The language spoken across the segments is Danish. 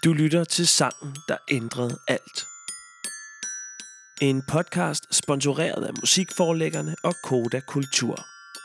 Du lytter til sangen, der ændrede alt. En podcast sponsoreret af musikforlæggerne og Koda Kultur.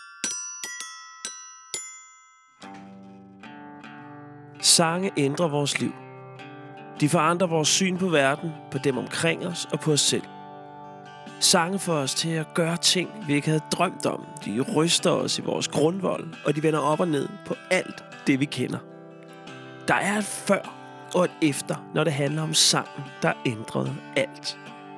Sange ændrer vores liv. De forandrer vores syn på verden, på dem omkring os og på os selv. Sange får os til at gøre ting, vi ikke havde drømt om. De ryster os i vores grundvold, og de vender op og ned på alt det, vi kender. Der er et før og et efter, når det handler om sangen, der ændrede alt.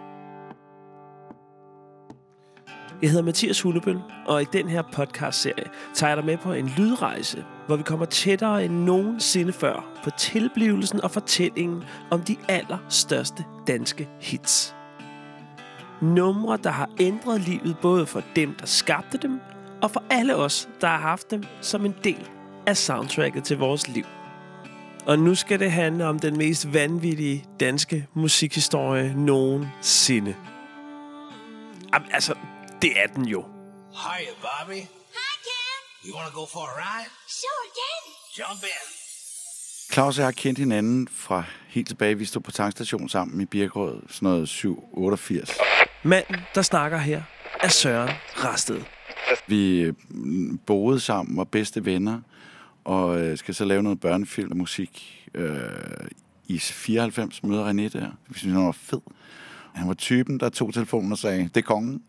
Jeg hedder Mathias Hullebøl, og i den her podcastserie tager jeg dig med på en lydrejse, hvor vi kommer tættere end nogensinde før på tilblivelsen og fortællingen om de allerstørste danske hits. Numre, der har ændret livet både for dem, der skabte dem, og for alle os, der har haft dem som en del af soundtracket til vores liv. Og nu skal det handle om den mest vanvittige danske musikhistorie nogensinde. Jamen, altså, det er den jo. Hiya, Bobby. Hi, Ken. You want to go for a ride? Sure, Ken. Jump in. Claus og jeg har kendt hinanden fra helt tilbage. Vi stod på tankstationen sammen i Birkerød, sådan noget 788. Manden, der snakker her, er Søren Rasted. Vi boede sammen, var bedste venner, og skal så lave noget børnefilm og musik. I 94 møder René der. Vi synes, han var fed. Han var typen, der tog telefonen og sagde, det er kongen.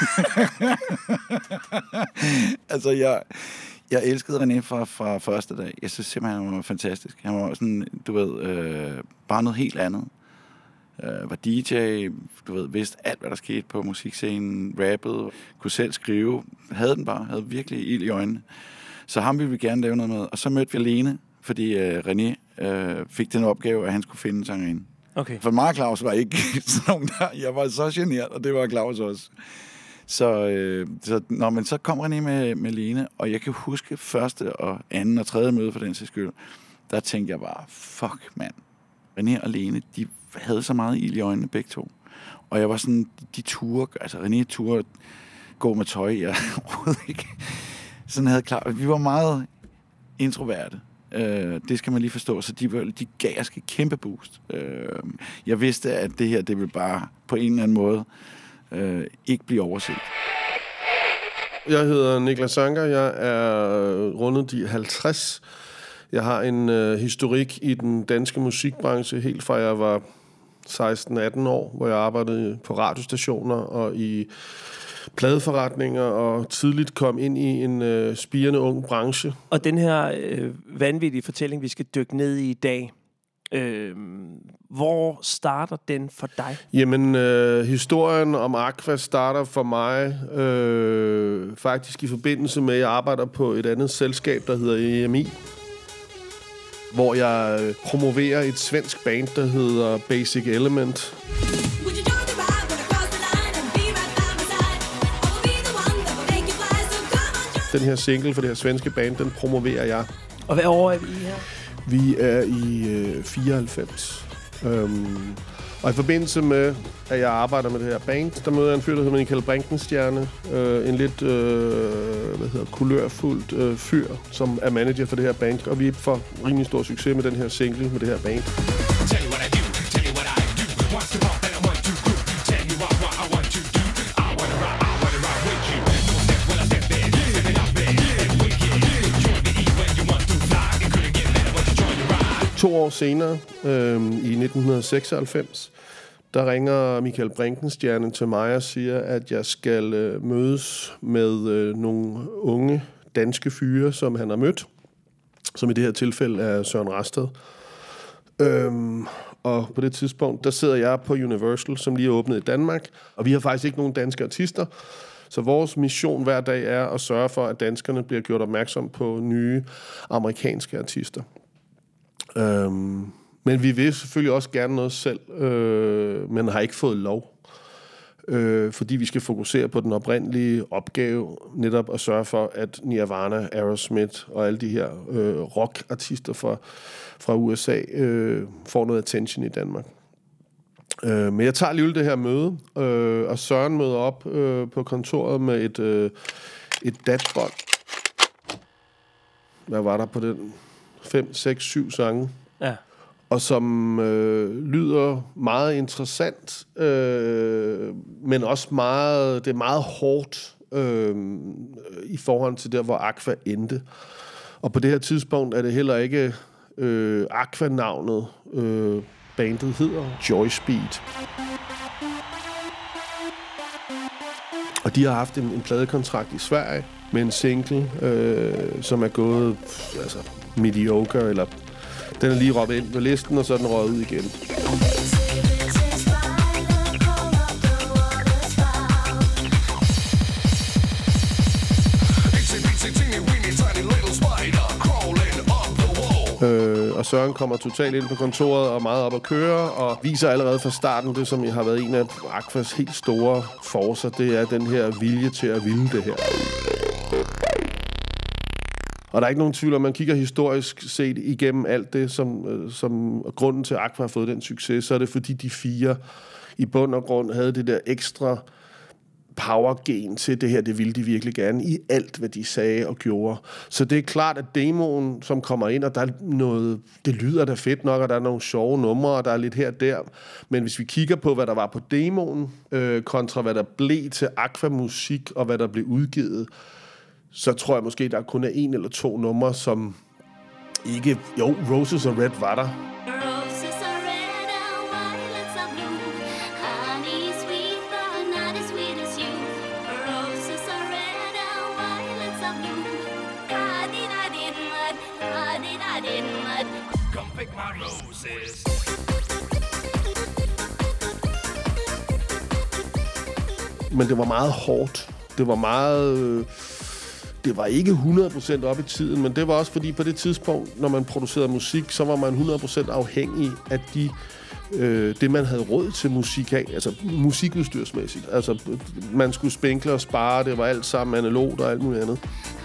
Altså, jeg elskede René fra første dag. Jeg synes simpelthen, han var fantastisk. Han var sådan, du ved, bare noget helt andet. Var DJ, du ved, vidste alt, hvad der skete på musikscenen, rappede, kunne selv skrive, havde virkelig ild i øjnene. Så ham ville vi gerne lave noget med. Og så mødte vi Lene, fordi René fik den opgave, at han skulle finde sangerinde. Okay. For mig og Claus var ikke sådan nogen der. Jeg var så generet, og det var Claus også. Så kom René med Lene, og jeg kan huske første og anden og tredje møde for den sags skyld. Der tænkte jeg bare, fuck mand. René og Lene, de havde så meget ild i øjnene begge to. Og jeg var sådan, de turde, altså René turde gå med tøj, jeg overhovedet ikke. Sådan havde Claus. Vi var meget introverte. Det skal man lige forstå, så de gav os et kæmpe boost. Jeg vidste, at det her, det ville bare på en eller anden måde ikke blive overset. Jeg hedder Niklas Anker, jeg er rundet de 50. Jeg har en historik i den danske musikbranche, helt fra jeg var 16-18 år, hvor jeg arbejdede på radiostationer og i pladeforretninger, og tidligt kom ind i en spirende ung branche. Og den her vanvittige fortælling, vi skal dykke ned i dag, hvor starter den for dig? Jamen, historien om Aqua starter for mig faktisk i forbindelse med, at jeg arbejder på et andet selskab, der hedder EMI, hvor jeg promoverer et svensk band, der hedder Basic Element. Den her single for det her svenske band, den promoverer jeg. Og hvad år er vi her? Vi er i 94. Og i forbindelse med, at jeg arbejder med det her band, der møder jeg en fyr, der hedder Michael Brinkenstjerne. En lidt kulørfuldt fyr, som er manager for det her band. Og vi får rimelig stor succes med den her single, med det her band. To år senere, i 1996, der ringer Michael Brinkenstjerne til mig og siger, at jeg skal mødes med nogle unge danske fyre, som han har mødt, som i det her tilfælde er Søren Rasted. Og på det tidspunkt, der sidder jeg på Universal, som lige er åbnet i Danmark, og vi har faktisk ikke nogen danske artister, så vores mission hver dag er at sørge for, at danskerne bliver gjort opmærksom på nye amerikanske artister. Men vi vil selvfølgelig også gerne noget selv, men har ikke fået lov. Fordi vi skal fokusere på den oprindelige opgave, netop at sørge for, at Nirvana, Aerosmith og alle de her rockartister fra USA får noget attention i Danmark. Men jeg tager alligevel det her møde, og Søren møder op på kontoret med et datbånd. Hvad var der på den? 5, 6, 7 sange. Ja. og som lyder meget interessant, men også det er meget hårdt i forhold til der, hvor Aqua endte. Og på det her tidspunkt er det heller ikke Aqua-navnet, bandet hedder Joyspeed. Og de har haft en pladekontrakt i Sverige med en single, som er gået mediocre, eller den er lige råbt ind på listen, og så er den røget ud igen. Og Søren kommer totalt ind på kontoret og meget op at køre, og viser allerede fra starten det, som har været en af Aquas helt store forcer, det er den her vilje til at ville det her. Og der er ikke nogen tvivl om, man kigger historisk set igennem alt det, som grunden til, at Aqua har fået den succes, så er det fordi de 4 i bund og grund havde det der ekstra powergen til det her, det ville de virkelig gerne i alt, hvad de sagde og gjorde. Så det er klart, at demoen, som kommer ind, og der er noget, det lyder da fedt nok, og der er nogle sjove numre, og der er lidt her og der. Men hvis vi kigger på, hvad der var på demoen, kontra hvad der blev til Aqua-musik, og hvad der blev udgivet, så tror jeg måske, der kun er 1 eller 2 numre, som ikke... Jo, Roses og Red var der. Men det var meget hårdt. Det var ikke 100% op i tiden, men det var også fordi på det tidspunkt, når man producerede musik, så var man 100% afhængig af det, man havde råd til musik af, altså musikudstyrsmæssigt. Altså, man skulle spinkle og spare, det var alt sammen analogt og alt muligt andet.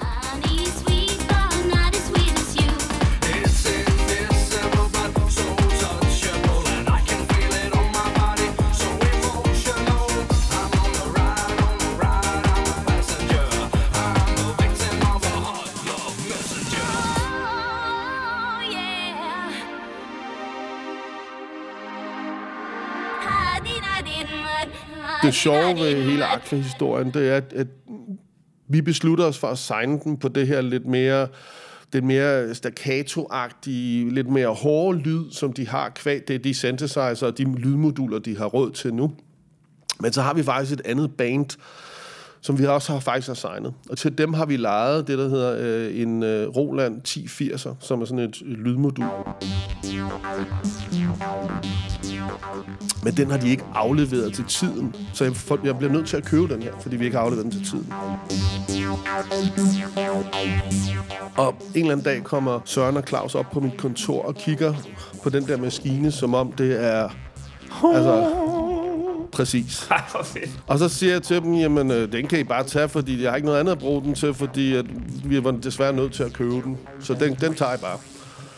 Det sjove ved hele Aqua-historien, det er, at vi beslutter os for at signe den på det her lidt mere staccato-agtige, lidt mere hårde lyd, som de har kvad. Det er de synthesizer og de lydmoduler, de har råd til nu. Men så har vi faktisk et andet band, som vi også har signet. Og til dem har vi lejet det, der hedder en Roland 1080'er, som er sådan et lydmodul. Men den har de ikke afleveret til tiden. Så jeg bliver nødt til at købe den her, fordi vi ikke har afleveret den til tiden. Og en eller anden dag kommer Søren og Claus op på mit kontor og kigger på den der maskine, som om det er... Altså, præcis. Og så siger jeg til dem, jamen, den kan I bare tage, fordi jeg har ikke noget andet at bruge den til, fordi at vi var desværre nødt til at købe den. Så den tager jeg bare.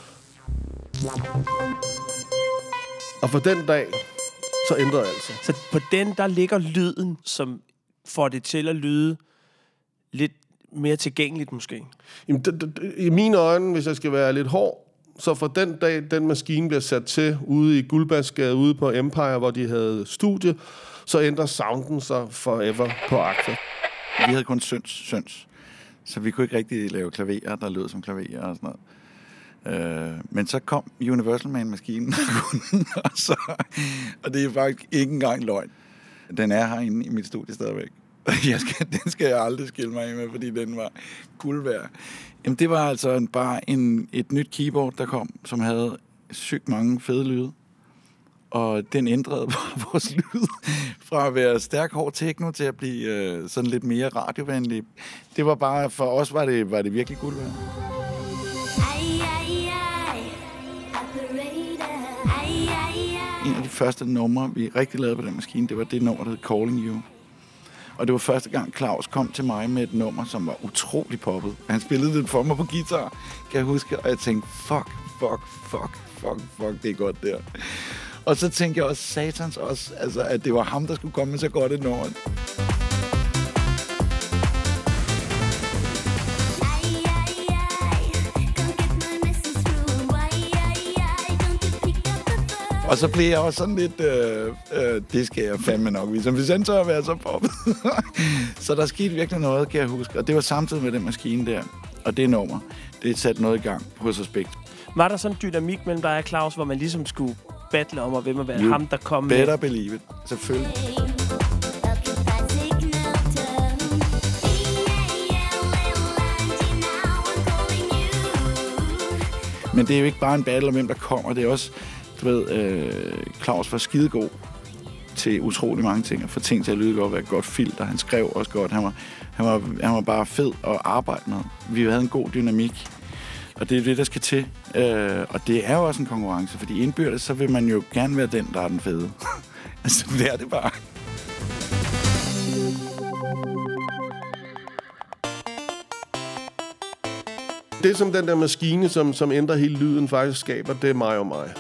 Og for den dag, så ændrede jeg altså. Så på den, der ligger lyden, som får det til at lyde lidt mere tilgængeligt måske? Jamen, i mine øjne, hvis jeg skal være lidt hård, så for den dag, den maskine bliver sat til ude i Guldbasgade, ude på Empire, hvor de havde studie, så ændrer sounden sig forever på Aqua. Vi havde kun syns, så vi kunne ikke rigtig lave klaverer, der lød som klaverer og sådan noget. Men så kom Universal med en maskine, og det er faktisk ikke engang løgn. Den er herinde i mit studie stadigvæk. Den skal jeg aldrig skille mig af med, fordi den var guld værd. Jamen, det var altså bare et nyt keyboard, der kom, som havde sygt mange fede lyde. Og den ændrede vores lyd fra at være stærk, hård techno til at blive sådan lidt mere radiovenlig. Det var bare, for os var det virkelig guld værd. En af de første numre, vi rigtig lavede på den maskine, det var det nummer, der hed Calling You. Og det var første gang, Claus kom til mig med et nummer, som var utrolig poppet. Han spillede det for mig på guitar, kan jeg huske. Og jeg tænkte, fuck, det er godt der. Og så tænkte jeg også, satans også, altså, at det var ham, der skulle komme med så godt et nummer. Og så blev jeg også sådan lidt, det skal jeg fandme nok vise, hvis han tør at være så poppet. Så der skete virkelig noget, kan jeg huske. Og det var samtidig med den maskine der, og det nummer. Det satte noget i gang hos Aspekt. Var der sådan en dynamik mellem dig og Claus, hvor man ligesom skulle battle om, hvem at være ham, der kom med? Better believe it, selvfølgelig. Men det er jo ikke bare en battle om, hvem der kommer. Det er også, du ved, Claus var skidegod til utrolig mange ting, og få ting til at lyde godt, være et godt filter. Han skrev også godt. Han var bare fed at arbejde med. Vi havde en god dynamik, og det er det, der skal til. Og det er jo også en konkurrence, fordi indbyrdes, så vil man jo gerne være den, der er den fede. Altså, det er det bare. Det som den der maskine, som ændrer hele lyden, faktisk skaber, det er mig og mig.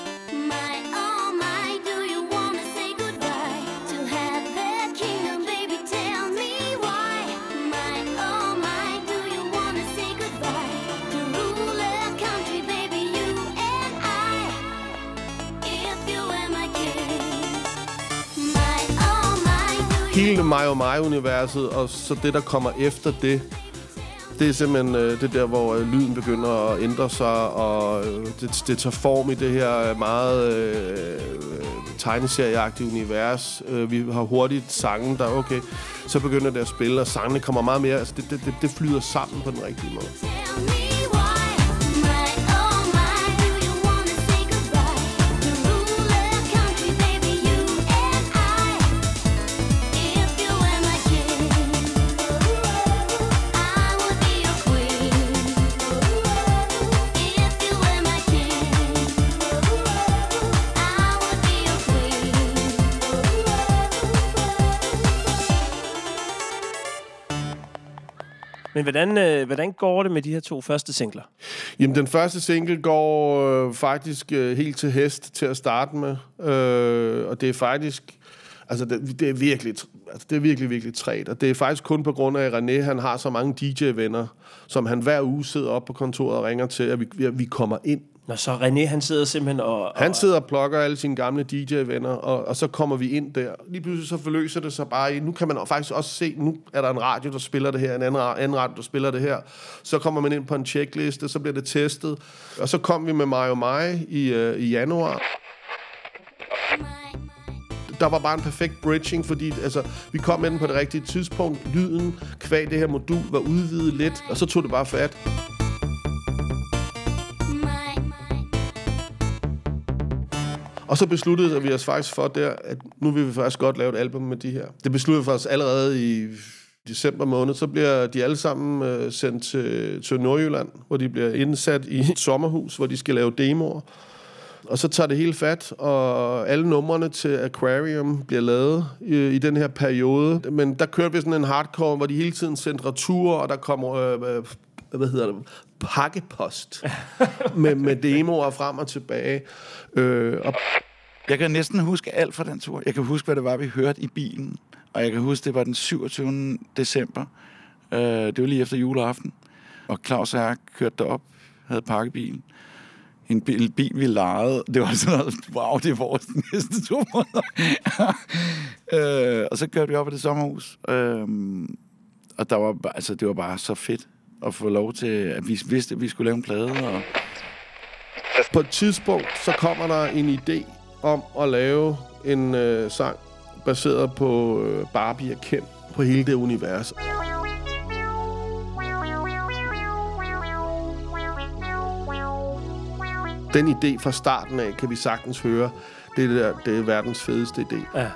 Hele mig og mig-universet, og så det, der kommer efter det, det er simpelthen det der, hvor lyden begynder at ændre sig, og det tager form i det her meget tegneserieagtige univers. Vi har hurtigt sange, der okay, så begynder det at spille, og sangene kommer meget mere, altså det flyder sammen på den rigtige måde. Men hvordan går det med de her 2 første singler? Jamen, den første single går faktisk helt til hest til at starte med. Og det er faktisk... Altså, det er virkelig, virkelig træt. Og det er faktisk kun på grund af, at René, han har så mange DJ-venner, som han hver uge sidder op på kontoret og ringer til, at vi kommer ind. Nå, så René, han sidder simpelthen og... Han sidder og plukker alle sine gamle DJ-venner, og så kommer vi ind der. Lige pludselig så forløser det sig bare i... Nu kan man faktisk også se, nu er der en radio, der spiller det her, en anden radio, der spiller det her. Så kommer man ind på en checkliste, så bliver det testet. Og så kom vi med mig og mig i januar. Der var bare en perfekt bridging, fordi altså, vi kom ind på det rigtige tidspunkt. Lyden, kvad det her modul, var udvidet lidt, og så tog det bare fat. Og så besluttede vi os faktisk for der, at nu vil vi faktisk godt lave et album med de her. Det besluttede vi faktisk allerede i december måned. Så bliver de alle sammen sendt til Nordjylland, hvor de bliver indsat i et sommerhus, hvor de skal lave demoer. Og så tager det hele fat, og alle numrene til Aquarium bliver lavet i den her periode. Men der kørte vi sådan en hardcore, hvor de hele tiden sendte retur, og der kommer pakkepost med demoer frem og tilbage. Jeg kan næsten huske alt fra den tur. Jeg kan huske, hvad det var, vi hørte i bilen. Og jeg kan huske, det var den 27. december. Det var lige efter juleaften. Og Claus og jeg kørte derop, havde pakkebilen. En bil, vi lejede. Det var sådan noget, wow, det er vores næste 2 måneder. Og så kørte vi op i det sommerhus. Og der var, altså, det var bare så fedt at få lov til, at vi vidste, at vi skulle lave en plade. Og... På et tidspunkt, så kommer der en idé om at lave en sang baseret på Barbie og Ken, på hele det univers. Den idé fra starten af, kan vi sagtens høre, det er verdens fedeste idé. Ja.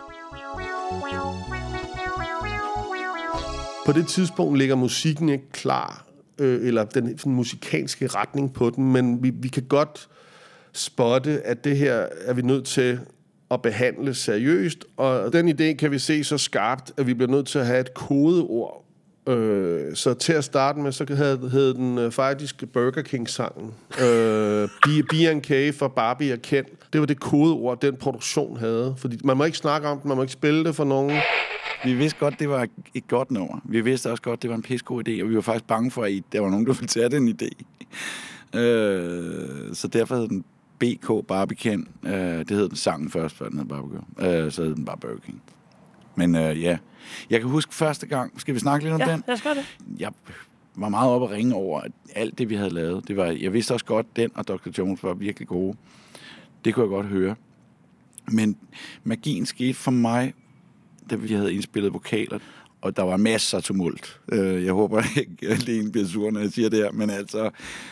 På det tidspunkt ligger musikken ikke klar, eller den musikalske retning på den, men vi kan godt spotte, at det her er vi nødt til at behandle seriøst, og den idé kan vi se så skarpt, at vi bliver nødt til at have et kodeord. Så til at starte med, så hed den faktisk Burger King-sangen. B&K for Barbie og Ken. Det var det kodeord, den produktion havde. Fordi man må ikke snakke om det, man må ikke spille det for nogen. Vi vidste godt, det var et godt nummer. Vi vidste også godt, det var en pissegod idé, og vi var faktisk bange for, at der var nogen, der ville tage den idé. Så derfor hed den BK Barbican. Det hed den sangen først, før den hed Barbecue. Så hed den bare Burger King. Men ja, jeg kan huske første gang. Skal vi snakke lidt om den? Ja, lad os gøre det. Jeg var meget oppe at ringe over, at alt det, vi havde lavet, det var, jeg vidste også godt, den og Dr. Jones var virkelig gode. Det kunne jeg godt høre. Men magien skete for mig, da vi havde indspillet vokaler, og der var masser af tumult. Jeg håber ikke, at Lene bliver sur, når jeg siger det her, men altså,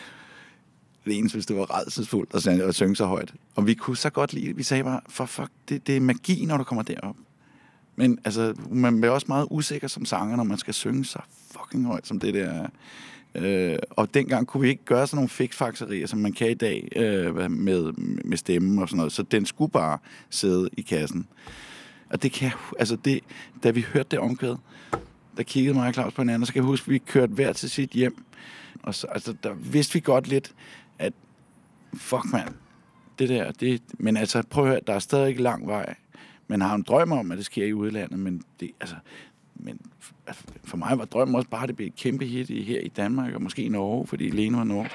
Lene synes, det var rædselsfuldt at synge så højt. Og vi kunne så godt lide det. Vi sagde bare, for fuck, det er magi, når du kommer derop. Men altså, man bliver også meget usikker som sanger, når man skal synge så fucking højt, som det der. Og dengang kunne vi ikke gøre sådan nogle fiksfakserier, som man kan i dag med stemmen og sådan noget. Så den skulle bare sidde i kassen. Og det kan altså det, da vi hørte det omkvæd, der kiggede mig og Claus på hinanden, og så kan jeg huske, at vi kørte hver til sit hjem. Og så, altså, der vidste vi godt lidt, at fuck mand, det der, men altså prøv at høre, der er stadig ikke lang vej. Man har en drøm om, at det sker i udlandet, men det, altså, for mig var drømmen også bare, at det blev et kæmpe hit her i Danmark, og måske i Norge, fordi Lene var Norge.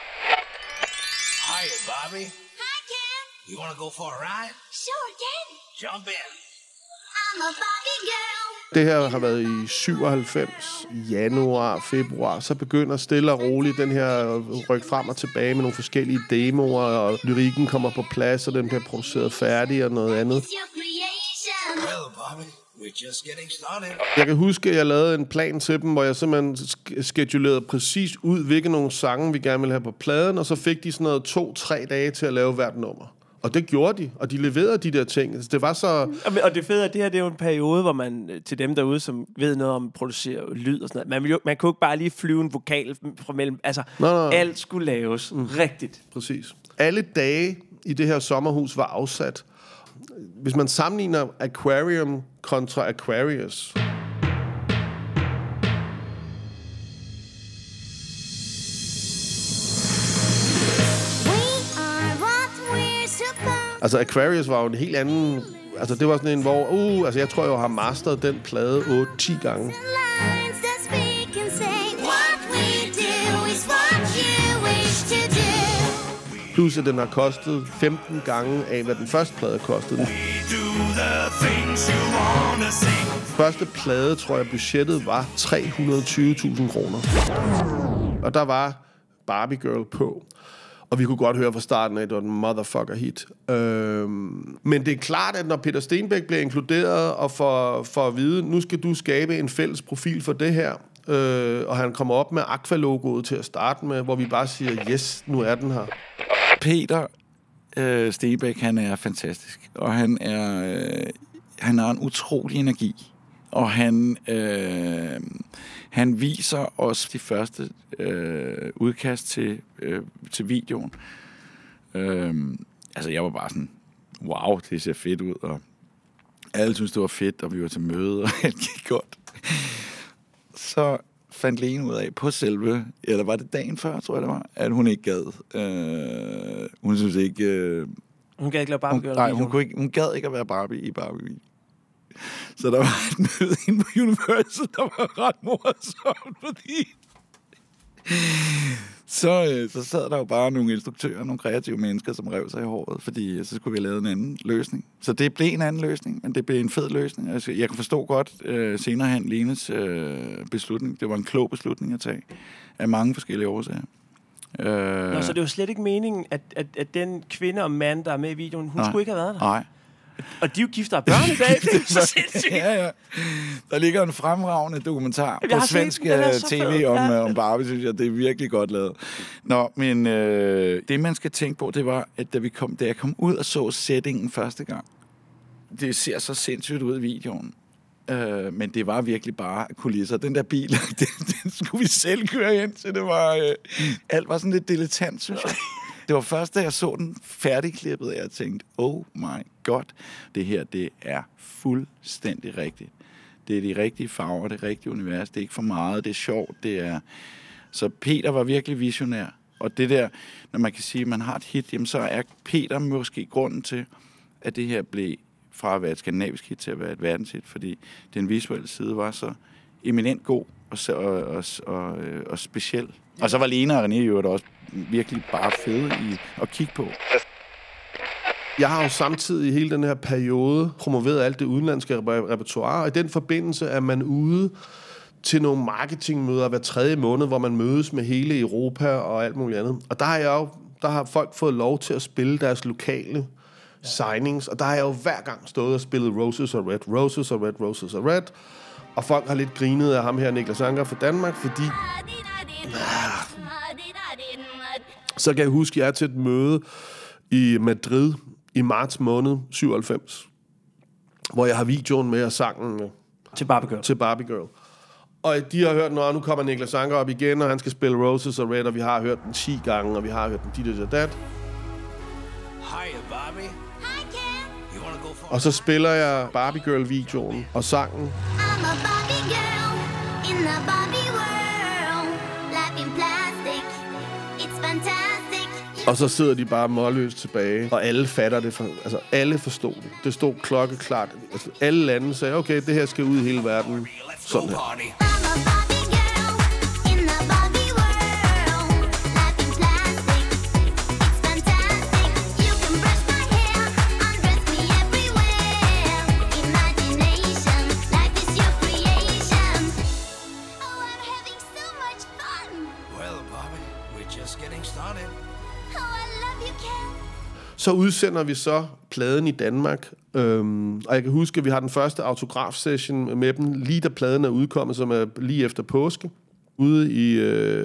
Hiya, Bobby. Hi, Cam. You want to go for a ride? Sure, Ken. Jump in. I'm a Barbie girl. Det her har været i 97, januar, februar. Så begynder stille og roligt den her ryk frem og tilbage med nogle forskellige demoer, og lyrikken kommer på plads, og den bliver produceret færdig og noget andet. It's your creation. Well, Bobby, we're just getting started. Jeg kan huske, at jeg lavede en plan til dem, hvor jeg simpelthen schedulerede præcis ud, hvilke nogle sange vi gerne ville have på pladen, og så fik de sådan noget 2-3 dage til at lave hvert nummer. Og det gjorde de, og de leverede de der ting. Altså, det var så... Og det fede er, at det her det er jo en periode, hvor man, til dem derude, som ved noget om at producere lyd og sådan noget, man kunne ikke bare lige flyve en vokal fra mellem... Altså, alt skulle laves rigtigt. Præcis. Alle dage i det her sommerhus var afsat. Hvis man sammenligner Aquarium kontra Aquarius... Altså, Aquarius var jo en helt anden... Altså, det var sådan en, hvor... altså, jeg tror, jeg har masteret den plade 8-10 gange. Plus, at den har kostet 15 gange af, hvad den første plade kostede. Første plade, tror jeg, budgettet var 320.000 kroner. Og der var Barbie Girl på. Og vi kunne godt høre fra starten af, at det var en motherfucker hit. Men det er klart, at når Peter Stenbæk bliver inkluderet og får at vide, nu skal du skabe en fælles profil for det her, og han kommer op med Aqua-logoet til at starte med, hvor vi bare siger, yes, nu er den her. Peter Stenbæk, han er fantastisk, og han har en utrolig energi, og han viser os de første udkast til videoen. Altså, jeg var bare sådan, wow, det ser fedt ud, og alle synes det var fedt, og vi var til møde, og alt gik godt. Så fandt Lene ud af på selve, eller var det dagen før, tror jeg det var, at hun ikke gad. Hun synes ikke... Hun gad ikke lave Barbie. Nej, hun gad ikke at være Barbie i Barbie. Så der var et møde inde på Universal, der var ret morsomt, fordi... Så sad der jo bare nogle instruktører, nogle kreative mennesker, som rev sig i håret, fordi så skulle vi lave en anden løsning. Så det blev en anden løsning, men det blev en fed løsning. Altså, jeg kan forstå godt senere hen Lenes beslutning. Det var en klog beslutning at tage af mange forskellige årsager. Nå, så det var slet ikke meningen, at den kvinde og mand, der er med i videoen, hun skulle ikke have været der? Nej. Og de er jo gift og børn i dag. Det er så sindssygt. Ja. Der ligger en fremragende dokumentar på svensk tv om Barbie, synes jeg. Det er virkelig godt lavet. Nå, men det, man skal tænke på, det var, at da jeg kom ud og så settingen første gang, det ser så sindssygt ud i videoen. Men det var virkelig bare kulisser. Den der bil, den skulle vi selv køre ind til. Det var, alt var sådan lidt dilettant, synes jeg. Det var først, da jeg så den færdigklippet, at jeg tænkte, oh my god, det her, det er fuldstændig rigtigt. Det er de rigtige farver, det rigtige univers, det er ikke for meget, det er sjovt, det er... Så Peter var virkelig visionær. Og det der, når man kan sige, at man har et hit, jamen så er Peter måske grunden til, at det her blev fra at være et skandinavisk hit til at være et verdenshit, fordi den visuelle side var så eminent god og speciel. Og så var Lene og René jo også virkelig bare fede at kigge på. Jeg har jo samtidig i hele den her periode promoveret alt det udenlandske repertoire, og i den forbindelse er man ude til nogle marketingmøder hver 3. måned, hvor man mødes med hele Europa og alt muligt andet. Og der har folk fået lov til at spille deres lokale signings, og der har jeg jo hver gang stået og spillet Roses og Red, Roses og Red, Roses og Red, og folk har lidt grinet af ham her, Niklas Anker fra Danmark, fordi... Så kan jeg huske, at jeg er til et møde i Madrid i marts måned 97, hvor jeg har videoen med og sangen med. Til Barbie Girl. Og de har hørt, nu kommer Niklas Anker op igen, og han skal spille Roses og Red, og vi har hørt den 10 gange, og vi har hørt den dit og dat. Hiya, Bobby. Hi, Ken. You wanna go for Og så spiller jeg Barbie Girl-videoen og sangen. I'm a Barbie girl in the Barbie world. Life in plastic, it's fantastic. Og så sidder de bare målløst tilbage, og alle fatter det. Alle forstod det. Det stod klokkeklart. Altså, alle lande sagde, okay, det her skal ud i hele verden. Let's go Sådan her. party. I'm a Barbie girl in the Barbie world. Life in plastic, it's fantastic. You can brush my hair, undress me everywhere. Imagination, life is your creation. Oh, I'm having so much fun. Well, Bobby, we're just getting started. Oh, I love you, Ken. Så udsender vi så pladen i Danmark, og jeg kan huske, at vi har den første autograf-session med dem, lige da pladen er udkommet, som er lige efter påske, ude i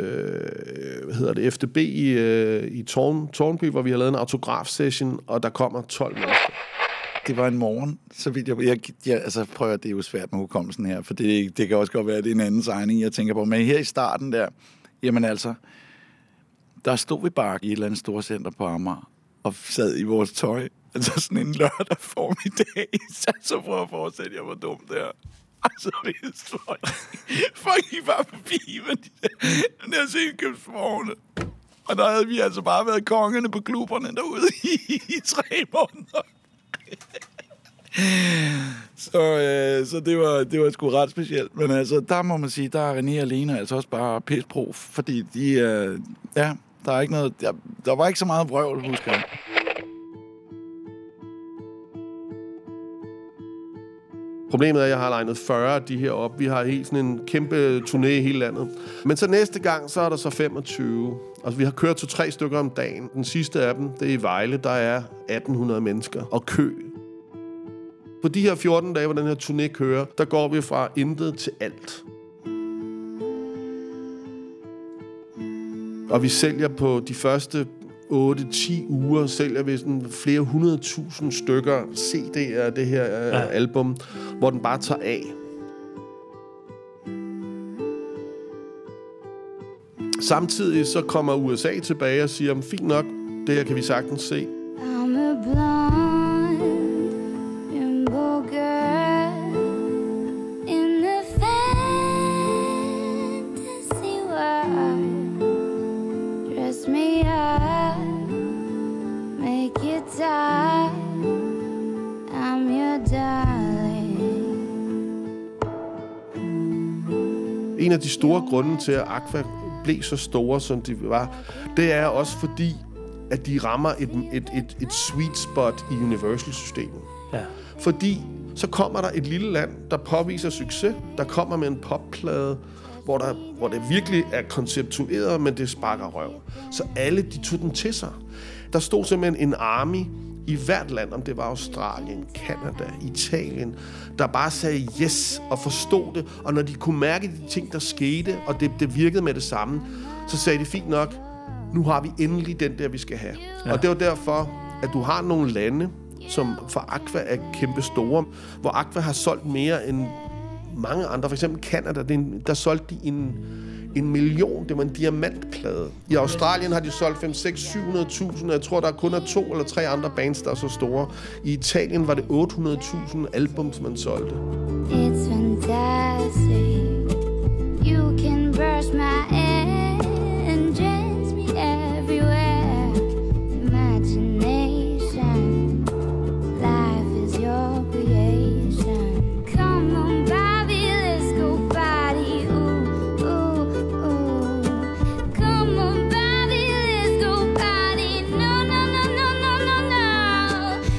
FDB i Tårnby, hvor vi har lavet en autograf-session, og der kommer 12 mennesker. Det var en morgen, så vidt jeg altså prøver, det er jo svært med hukommelsen her, for det kan også godt være, at det er en anden signing, jeg tænker på. Men her i starten der, jamen altså, der stod vi bare i et eller andet storcenter på Amager, og sad i vores tøj. Altså sådan en lørdag formiddag. Så prøv at forestille jer, hvor dumt det er. Altså, folk I var forbi med den der scenkøbsvogne. Og der havde vi altså bare været kongerne på klubberne derude i 3 måneder. Så det var sgu ret specielt. Men altså, der må man sige, der er René og Lene altså også bare pispro, fordi de, der er ikke noget, der var ikke så meget vrøvl, husker jeg. Problemet er, at jeg har legnet 40 af de her op. Vi har helt sådan en kæmpe turné i hele landet. Men så næste gang, så er der så 25. Altså, vi har kørt 2-3 stykker om dagen. Den sidste af dem, det er i Vejle. Der er 1800 mennesker og kø. På de her 14 dage, hvor den her turné kører, der går vi fra intet til alt. Og vi sælger på de første 8-10 uger, sælger vi sådan flere 100.000 stykker CD'er af det her album, hvor den bare tager af. Samtidig så kommer USA tilbage og siger, fint nok, det her kan vi sagtens se. I'm a blonde bimbo girl in the fantasy world. Dress me up, make you die. I'm your darling. En af de store grunde til, at Aqua blev så store, som de var, det er også fordi, at de rammer et sweet spot i Universal-systemet. Ja. Fordi så kommer der et lille land, der påviser succes, der kommer med en popplade, hvor det virkelig er konceptueret, men det sparker røv. Så alle, de tog den til sig. Der stod simpelthen en army i hvert land, om det var Australien, Canada, Italien, der bare sagde yes og forstod det, og når de kunne mærke de ting, der skete, og det virkede med det samme, så sagde de, fint nok, nu har vi endelig den der, vi skal have. Ja. Og det var derfor, at du har nogle lande, som for Aqua er kæmpe store, hvor Aqua har solgt mere end mange andre. For eksempel Canada, der solgte de en million. Det var en diamantplade. I Australien har de solgt 500-700.000. Jeg tror, der kun er 2 eller 3 andre bands, der er så store. I Italien var det 800.000 albums, man solgte. It's fantastic. You can brush my hair and dress me everywhere. Imagination, life is your creation. Come on, Bobby, let's go party. Ooh, ooh, ooh. Come on, Bobby, let's go party. No, no, no, no, no, no, no.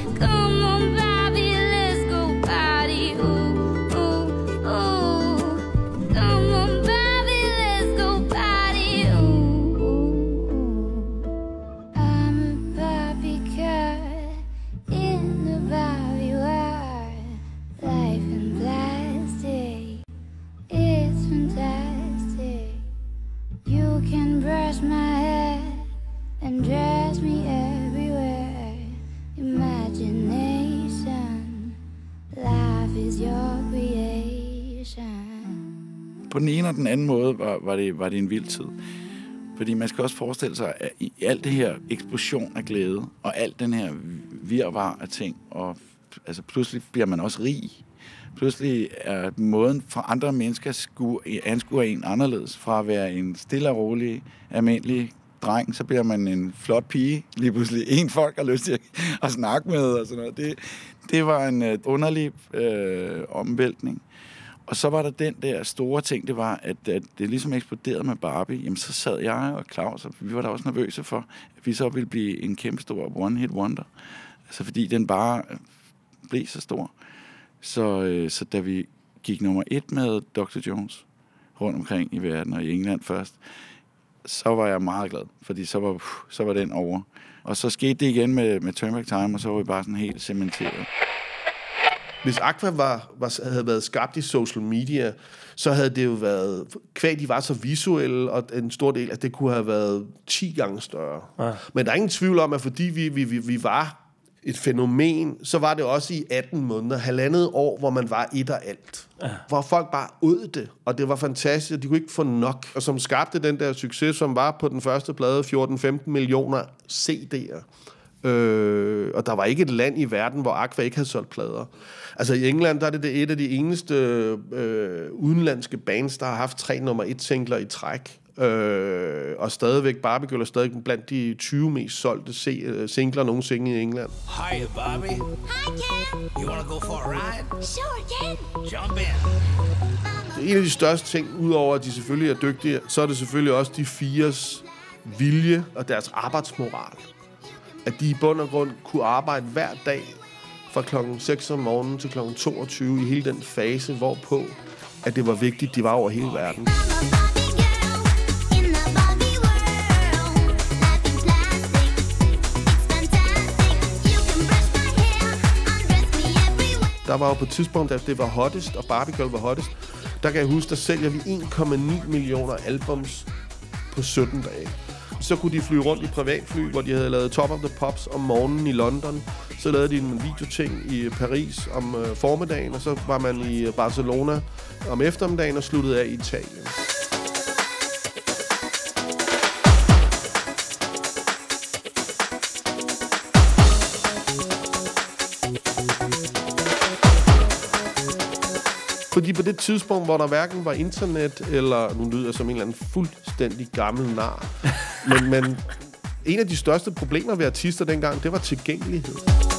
på den ene og den anden måde var det en vild tid. Fordi man skal også forestille sig, at i alt det her eksplosion af glæde, og alt den her virvar af ting, og altså pludselig bliver man også rig. Pludselig er måden for andre mennesker anskuer en anderledes. Fra at være en stille og rolig, almindelig dreng, så bliver man en flot pige. Lige pludselig en folk har lyst til at snakke med, og sådan noget. Det var en underlig omvæltning. Og så var der den der store ting, det var, at det ligesom eksploderede med Barbie. Jamen, så sad jeg og Claus, og vi var da også nervøse for, at vi så ville blive en kæmpe stor one-hit wonder. Altså, fordi den bare blev så stor. Så da vi gik nummer 1 med Dr. Jones rundt omkring i verden, og i England først, så var jeg meget glad, fordi så var den over. Og så skete det igen med Turn Back Time, og så var vi bare sådan helt cementeret. Hvis Aqua havde været skabt i social media, så havde det jo været, kvad de var så visuelle, og en stor del, at det kunne have været 10 gange større. Ja. Men der er ingen tvivl om, at fordi vi var et fænomen, så var det også i 18 måneder, 1,5 år, hvor man var et og alt. Ja. Hvor folk bare åd det, og det var fantastisk, og de kunne ikke få nok. Og som skabte den der succes, som var på den første plade, 14-15 millioner CD'er. Og der var ikke et land i verden, hvor Aqua ikke havde solgt plader. Altså i England, der er det et af de eneste udenlandske bands, der har haft 3 nummer 1 singler i træk. Og stadigvæk Barbie Girl er stadig blandt de 20 mest solgte singler nogensinde i England. Hiya, Bobby. Hi, Ken. You wanna go for a ride? Sure, Ken. Jump in. En af de største ting, udover at de selvfølgelig er dygtige, så er det selvfølgelig også de 4's vilje og deres arbejdsmoral. At de i bund og grund kunne arbejde hver dag fra klokken 6 om morgenen til klokken 22 i hele den fase, hvorpå at det var vigtigt, de var over hele verden. Der var jo på et tidspunkt, da det var hottest, og Barbie Girl var hottest, der kan jeg huske, der sælger vi 1,9 millioner albums på 17 dage. Så kunne de flyve rundt i privatfly, hvor de havde lavet Top of the Pops om morgenen i London. Så lavede de en videoting i Paris om formiddagen, og så var man i Barcelona om eftermiddagen og sluttede af i Italien. Fordi på det tidspunkt, hvor der hverken var internet, eller nu lyder jeg som en eller anden fuldstændig gammel nar, men en af de største problemer ved artister dengang, det var tilgængelighed.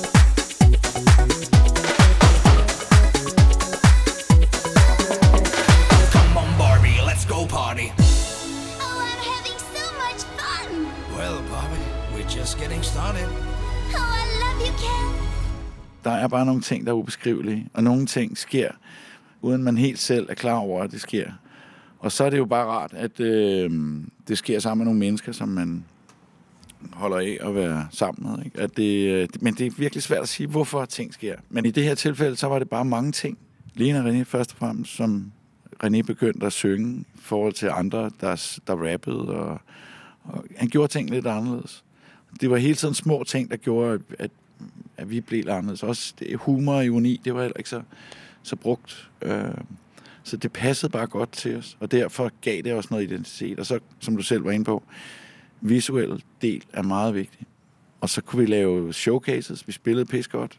Come on, Barbie, let's go party. Oh, I'm having so much fun. Well, Bobby, we're just getting started. Oh, I love you, Ken. Der er bare nogle ting, der er ubeskrivelige, og nogle ting sker, uden man helt selv er klar over, at det sker. Og så er det jo bare rart, at det sker sammen med nogle mennesker, som man holder af at være sammen med. Ikke? Men det er virkelig svært at sige, hvorfor ting sker. Men i det her tilfælde, så var det bare mange ting. Lene og René først og fremmest, som René begyndte at synge i forhold til andre, der rappede, og han gjorde ting lidt anderledes. Det var hele tiden små ting, der gjorde, at vi blev anderledes. Også det, humor og ironi, det var heller ikke så brugt. Så det passede bare godt til os, og derfor gav det også noget identitet. Og så, som du selv var inde på, visuel del er meget vigtig. Og så kunne vi lave showcases, vi spillede pis godt,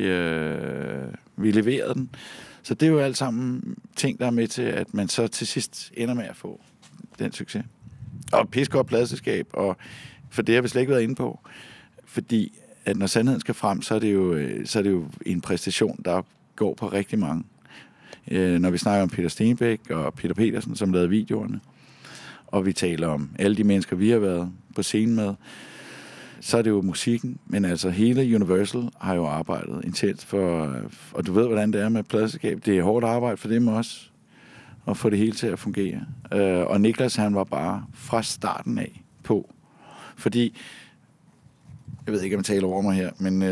vi leverede den. Så det er jo alt sammen ting, der er med til, at man så til sidst ender med at få den succes. Og pis godt pladselskab, og for det har vi slet ikke været inde på. Fordi at når sandheden skal frem, så er det jo en præstation, der går på rigtig mange. Når vi snakker om Peter Stenbæk og Peter Petersen, som lavede videoerne, og vi taler om alle de mennesker, vi har været på scenen med, så er det jo musikken, men altså hele Universal har jo arbejdet intenst for, og du ved, hvordan det er med pladselskab. Det er hårdt arbejde for dem også, at få det hele til at fungere. Og Niklas, han var bare fra starten af på. Fordi, jeg ved ikke, om jeg taler over mig her, men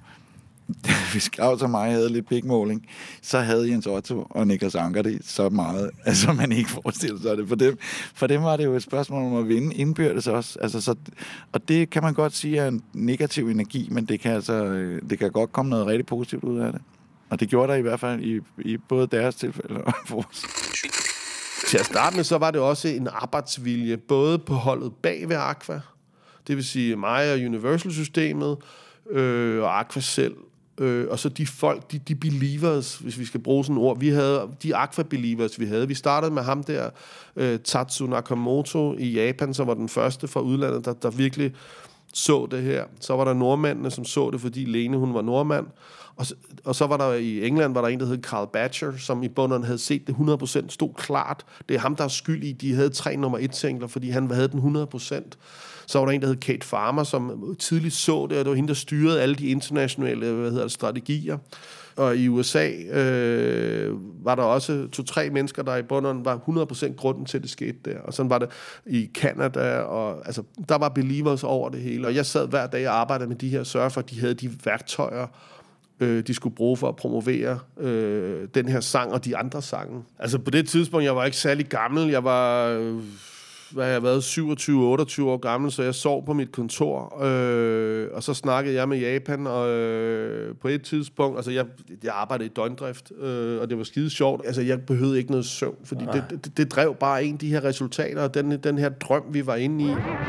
hvis Claus og mig havde lidt pikmåling, så havde Jens Otto og Niklas Anker det så meget, altså man ikke forestiller sig det. For dem var det jo et spørgsmål om at vinde indbyrdes også. Altså, så, og det kan man godt sige er en negativ energi, men det kan godt komme noget rigtig positivt ud af det. Og det gjorde der i hvert fald i både deres tilfælde og vores. Til at starte med, så var det også en arbejdsvilje, både på holdet bag ved Aqua, det vil sige mig og Universal-systemet, og Aqua selv, og så de folk, de believers, hvis vi skal bruge sådan et ord, vi havde, de Aqua-believers, vi havde. Vi startede med ham der, Tatsu Nakamoto i Japan, som var den første fra udlandet, der virkelig så det her. Så var der nordmændene, som så det, fordi Lene, hun var nordmand. Og så var der i England, var der en, der hed Carl Badger, som i bunden havde set det 100%, stod klart. Det er ham, der er skyld i, de havde 3 nummer 1-singler, fordi han havde den 100%. Så var der en, der hed Kate Farmer, som tidligt så det, og det var hende, der styrede alle de internationale strategier. Og i USA var der også 2-3 mennesker, der i bunden var 100% grunden til, det skete der. Og sådan var det i Canada, og altså, der var believers over det hele. Og jeg sad hver dag og arbejdede med de her surfer, de havde de værktøjer, de skulle bruge for at promovere den her sang og de andre sange. Altså på det tidspunkt, jeg var ikke særlig gammel. Jeg var, hvad har jeg været, 27-28 år gammel, så jeg sov på mit kontor. Og så snakkede jeg med Japan, og på et tidspunkt, altså jeg arbejdede i døgndrift, og det var skide sjovt. Altså jeg behøvede ikke noget søvn, fordi det drev bare en de her resultater, og den her drøm, vi var inde i.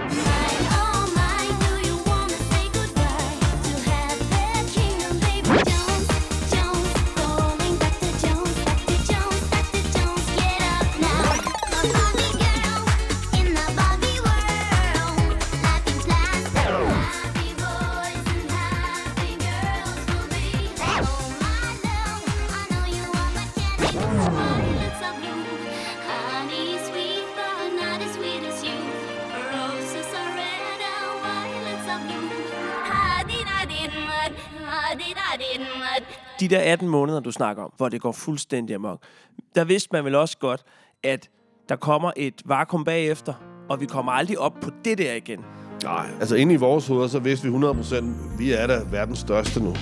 De der 18 måneder, du snakker om, hvor det går fuldstændig amok, der vidste man vel også godt, at der kommer et vakuum bagefter, og vi kommer aldrig op på det der igen. Nej, altså inde i vores hoveder, så vidste vi 100%, vi er da verdens største nu.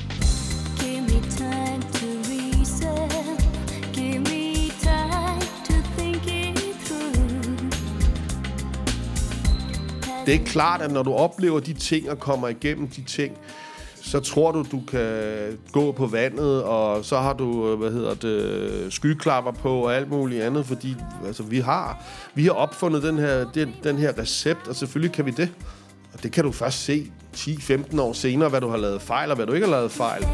Det er klart, at når du oplever de ting og kommer igennem de ting, så tror du kan gå på vandet, og så har du, skyklapper på og alt muligt andet, fordi altså, vi har opfundet den her recept, og selvfølgelig kan vi det. Og det kan du først se 10-15 år senere, hvad du har lavet fejl, og hvad du ikke har lavet fejl.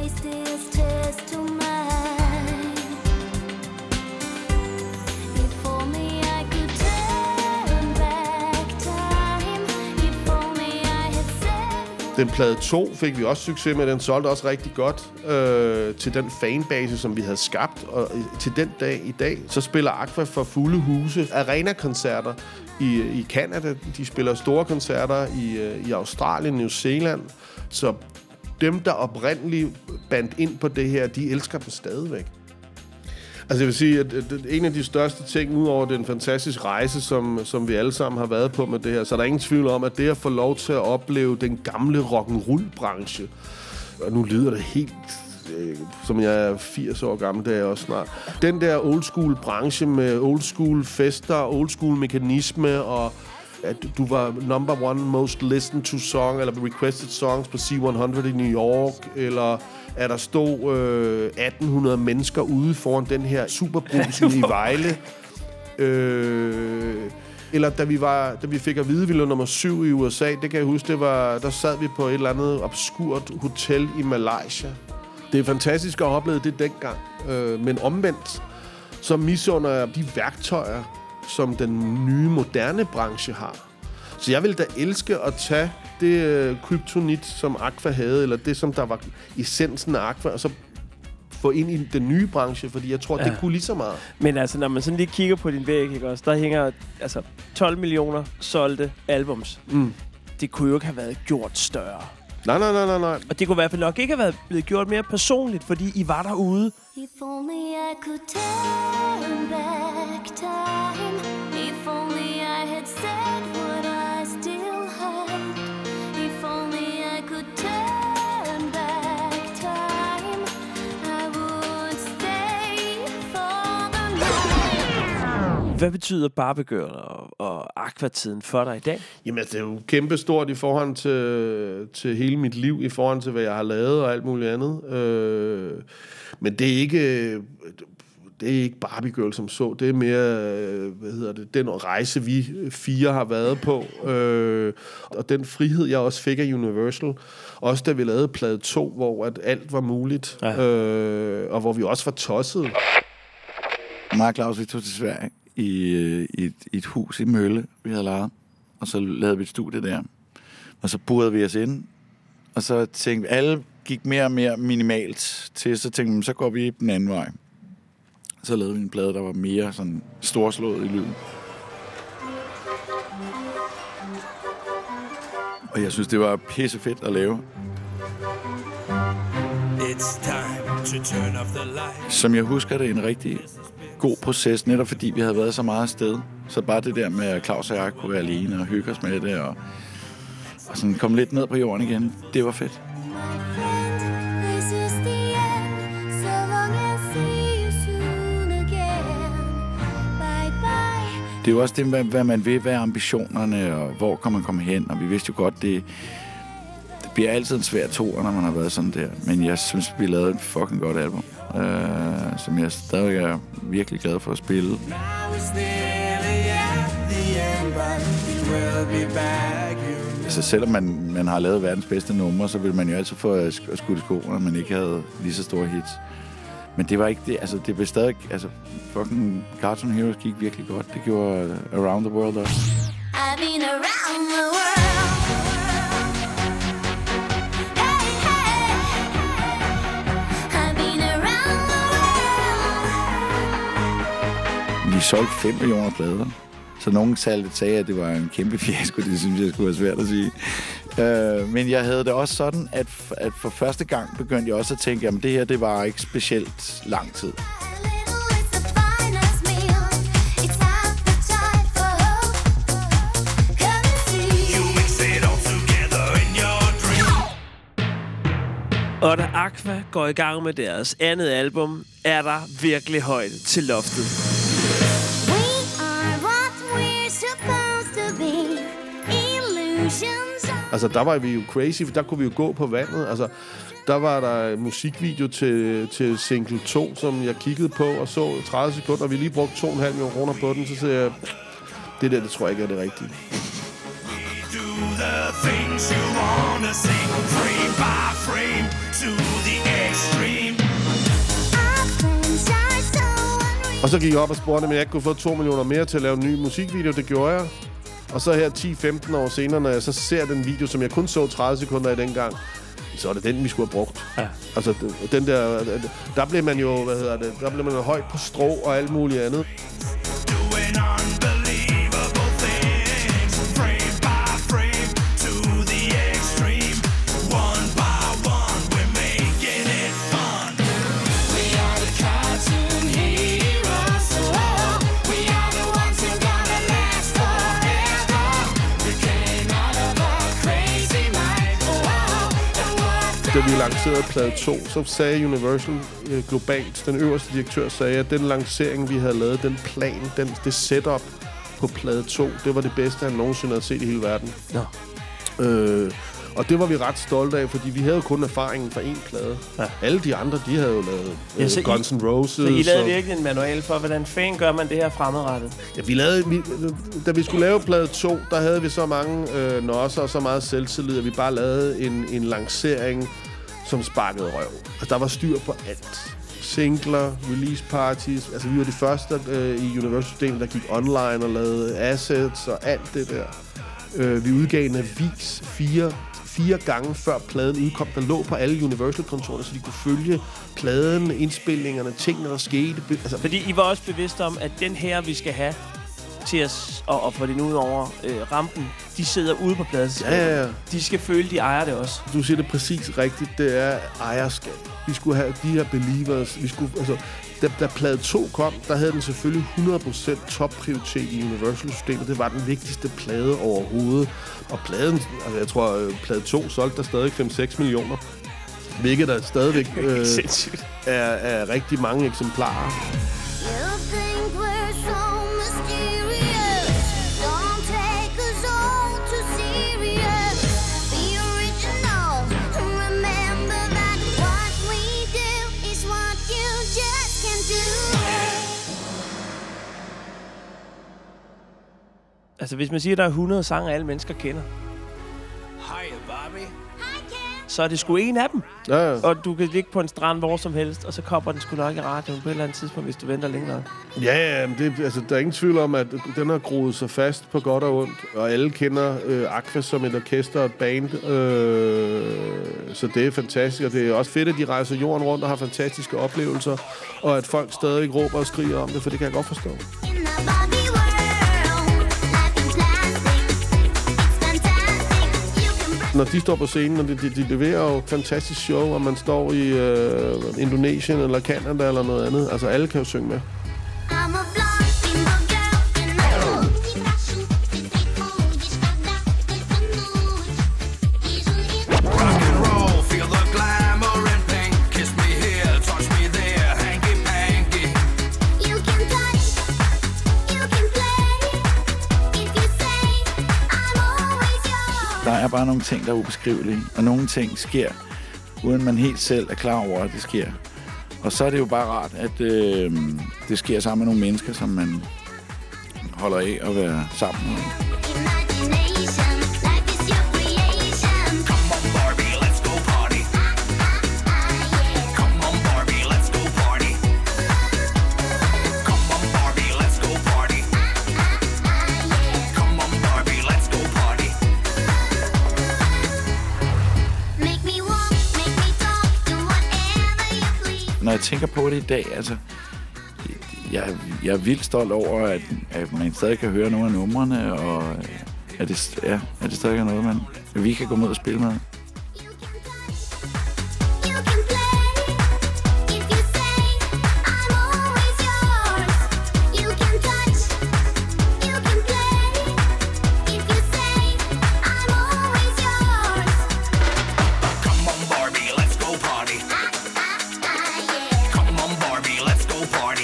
Den plade 2 fik vi også succes med. Den solgte også rigtig godt til den fanbase, som vi havde skabt. Og til den dag i dag, så spiller Aqua for fulde huse. Arena-koncerter i Canada. De spiller store koncerter i Australien, New Zealand. Så dem, der oprindeligt bandt ind på det her, de elsker dem stadigvæk. Altså jeg vil sige, at en af de største ting, udover den fantastiske rejse, som vi alle sammen har været på med det her, så er der ingen tvivl om, at det at få lov til at opleve den gamle rock'n'roll-branche, og nu lyder det helt, som jeg er 80 år gammel, det er jeg også snart. Den der old school branche med old school fester, old school mekanisme, og at du var number one most listened to song, eller requested songs på C100 i New York, eller at der stod 1800 mennesker ude foran den her Superbrugsen i Vejle. Eller da vi fik at vide, at vi lå nummer 7 i USA, det kan jeg huske, der sad vi på et eller andet obskurt hotel i Malaysia. Det er fantastisk at have oplevet det dengang. Men omvendt, så misunder jeg de værktøjer, som den nye, moderne branche har. Så jeg vil da elske at tage det kryptonit, som Aqua havde, eller det, som der var essensen af Aqua, og så få ind i den nye branche, fordi jeg tror, det kunne lige så meget. Men altså, når man sådan lige kigger på din væg, ikke også, der hænger altså 12 millioner solgte albums. Det kunne jo ikke have været gjort større. Nej. Og det kunne i hvert fald nok ikke have været blevet gjort mere personligt, fordi I var derude. If only I could turn back time. If only I had said what I still had. If only I could turn back time. I would stay for the night. Hvad betyder Barbie Girl og Aqua-tiden for dig i dag? Jamen, det er jo kæmpestort i forhold til hele mit liv, i forhold til, hvad jeg har lavet og alt muligt andet. Men det er ikke... det er ikke Barbie Girl som så. Det er mere, den rejse, vi 4 har været på. Og den frihed, jeg også fik af Universal. Også da vi lavede plade 2, hvor at alt var muligt. Ja. Og hvor vi også var tossede. Mig og Claus, vi tog til Sverige i et hus i Mølle, vi havde lejet. Og så lavede vi et studie der. Og så burede vi os ind. Og så tænkte vi, alle gik mere og mere minimalt til. Så tænkte vi, så går vi den anden vej. Så lavede vi en plade, der var mere sådan storslået i lyden. Og jeg synes, det var pissefedt at lave. It's time to turn off the light. Som jeg husker, det er en rigtig god proces, netop fordi vi havde været så meget afsted. Så bare det der med, at Claus og jeg kunne være alene og hygge os med det, og sådan komme lidt ned på jorden igen, det var fedt. Det er jo også det, hvad man vil, hvad er ambitionerne, og hvor kan man komme hen, og vi vidste jo godt, det bliver altid en svær toer, når man har været sådan der. Men jeg synes, vi lavede et fucking godt album, som jeg stadig er virkelig glad for at spille. Altså selvom man har lavet verdens bedste numre, så ville man jo altid få skudt i skoene, når man ikke havde lige så store hits. Men det var ikke det, altså det blev stadig, altså fucking Cartoon Heroes gik virkelig godt. Det gjorde Around the World også. I've been around the world. Hey, hey. I've been around the world. Vi solgte 5 millioner plader. Så nogen sagde, at det var en kæmpe fiasko. Det synes jeg skulle være svært at sige. Men jeg havde det også sådan, at for første gang begyndte jeg også at tænke, at det her, det var ikke specielt lang tid. Og da Aqua går i gang med deres andet album, er der virkelig højt til loftet. We are what we're supposed to be. Illusions of... Altså, der var vi jo crazy, for der kunne vi jo gå på vandet. Altså, der var der en musikvideo til single 2, som jeg kiggede på og så 30 sekunder, og vi lige brugte 2,5 millioner kroner på den, så siger jeg, det tror jeg ikke er det rigtige. Do the things you wanna sing, frame by frame, to the extreme. Our friends are so unreal. Og så gik jeg op og spurgte, om jeg ikke kunne få 2 millioner mere til at lave en ny musikvideo. Det gjorde jeg. Og så her 10-15 år senere, når jeg så ser den video, som jeg kun så 30 sekunder i dengang, så er det den, vi skulle have brugt. Ja. Altså, den der blev man jo, der blev man jo højt på strå og alt muligt andet. Doing unbelievable things, frame by frame, to the extreme. One by one, we're making it fun. We are the cartoon heroes. We are the ones who gonna last forever. We came out of our crazy mind. Da vi lancerede plade 2, så sagde Universal globalt, den øverste direktør sagde, at den lancering, vi havde lavet, den plan, det setup på plade 2, det var det bedste, han nogensinde havde set i hele verden. Nå. Og det var vi ret stolte af, fordi vi havde jo kun erfaringen fra én plade. Ja. Alle de andre, de havde jo lavet Guns N' Roses. Så I lavede virkelig en manual for, hvordan fanden gør man det her fremadrettet? Ja, da vi skulle lave plade 2, der havde vi så mange nosser og så meget selvtillid, at vi bare lavede en lancering, som sparkede røv. Altså, der var styr på alt. Singler, release parties. Altså, vi var de første i Universal-systemet, der gik online og lavede assets og alt det der. Vi udgav en avis 4 gange før pladen udkom, der lå på alle Universal-kontorerne, så de kunne følge pladen, indspillingerne, tingene, der skete. Altså, Fordi I var også bevidste om, at den her, vi skal have til os og få det ud over rampen, de sidder ude på pladeselskabet. Ja. De skal føle, de ejer det også. Du siger det præcis rigtigt. Det er ejerskab. Vi skulle have de her believers. Vi skulle, altså, da plade 2 kom, der havde den selvfølgelig 100% topprioritet i Universal-systemet. Det var den vigtigste plade overhovedet. Og pladen, altså jeg tror, plade 2 solgte der stadig 5-6 millioner. Hvilket der stadigvæk er rigtig mange eksemplarer. You think we're so mysterious. Don't take us all too serious. Be original. Remember that what we do is what you just can't do. Altså, hvis man siger, at der er 100 sange, alle mennesker kender, Hiya, Bobby. så er det sgu en af dem. Ja, Og du kan ligge på en strand hvor som helst, og så kommer den sgu nok i radioen på et eller andet tidspunkt, hvis du venter længe nok. ja, men der er ingen tvivl om, at den har groet sig fast på godt og ondt. Og alle kender Aqua som et orkester og et band. Så det er fantastisk, og det er også fedt, at de rejser jorden rundt og har fantastiske oplevelser. Og at folk stadig råber og skriger om det, for det kan jeg godt forstå. In the Barbie world, life in plastic. It's fantastic. You can Når de står på scenen, og de leverer jo et fantastisk show, og man står i Indonesien eller Canada eller noget andet. Altså, alle kan jo synge med. I'm a blonde single girl in my Rock and roll, feel the glamour and pink. Kiss me here, touch me there, hanky panky. You can touch, you can play. If you say I'm always yours. Der er bare nogle ting, der er ubeskrivelige, og nogle ting sker, uden man helt selv er klar over, at det sker. Og så er det jo bare rart, at det sker sammen med nogle mennesker, som man holder af at være sammen med. Imagination, life is your creation. Come on, Barbie, let's go party. Come on, Barbie, let's go party. Come on, Barbie, let's go party. Come on, Barbie, let's go party. Make me walk, make me talk, do whatever you please. Når jeg tænker på det i dag, altså, jeg er vildt stolt over, at man stadig kan høre nogle af numrene, og at det stadig er noget, vi kan gå med og spille med. You can touch, you can play. If you say I'm always yours. You can touch, you can play. If you say I'm always yours. Come on, Barbie, let's go party. Come on, Barbie, let's go party.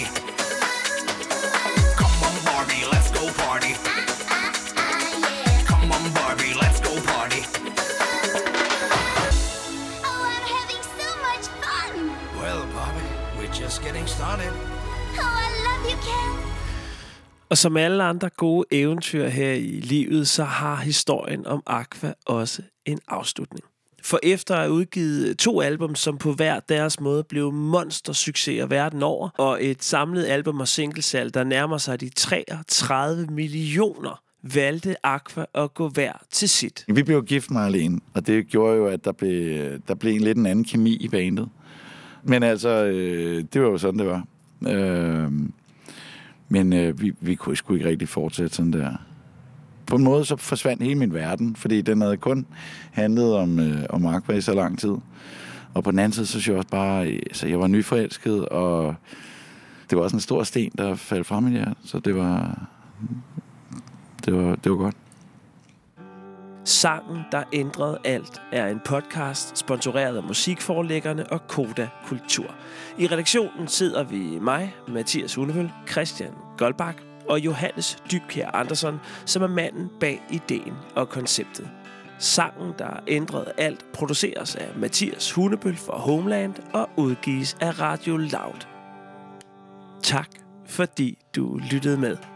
Come on, Barbie, let's go party. Come on, Barbie, let's go party. Oh, I'm having so much fun. Well, Barbie, we're just getting started. Oh, I love you, Ken. Og som alle andre gode eventyr her i livet, så har historien om Aqua også en afslutning. For efter at have udgivet 2 album, som på hver deres måde blev monstersucceser verden over, og et samlet album og singlesalg, der nærmer sig de 33 millioner, valgte Aqua at gå hver til sit. Vi blev gift med alene, og det gjorde jo, at der blev en lidt en anden kemi i bandet. Men altså, det var jo sådan, det var. Men vi kunne sgu ikke rigtig fortsætte sådan der. På en måde så forsvandt hele min verden, fordi den havde kun handlet om Aqua i så lang tid. Og på den anden side, så synes jeg også bare, så jeg var nyforelsket, og det var også en stor sten, der faldt fra mit hjerte. Så det var godt. Sangen, der ændrede alt, er en podcast sponsoreret af musikforlæggerne og Koda Kultur. I redaktionen sidder vi mig, Mathias Hunebøl, Christian Goldbach og Johannes Dybkjær Andersen, som er manden bag ideen og konceptet. Sangen, der ændrede alt, produceres af Mathias Hunebøl for Homeland og udgives af Radio Loud. Tak, fordi du lyttede med.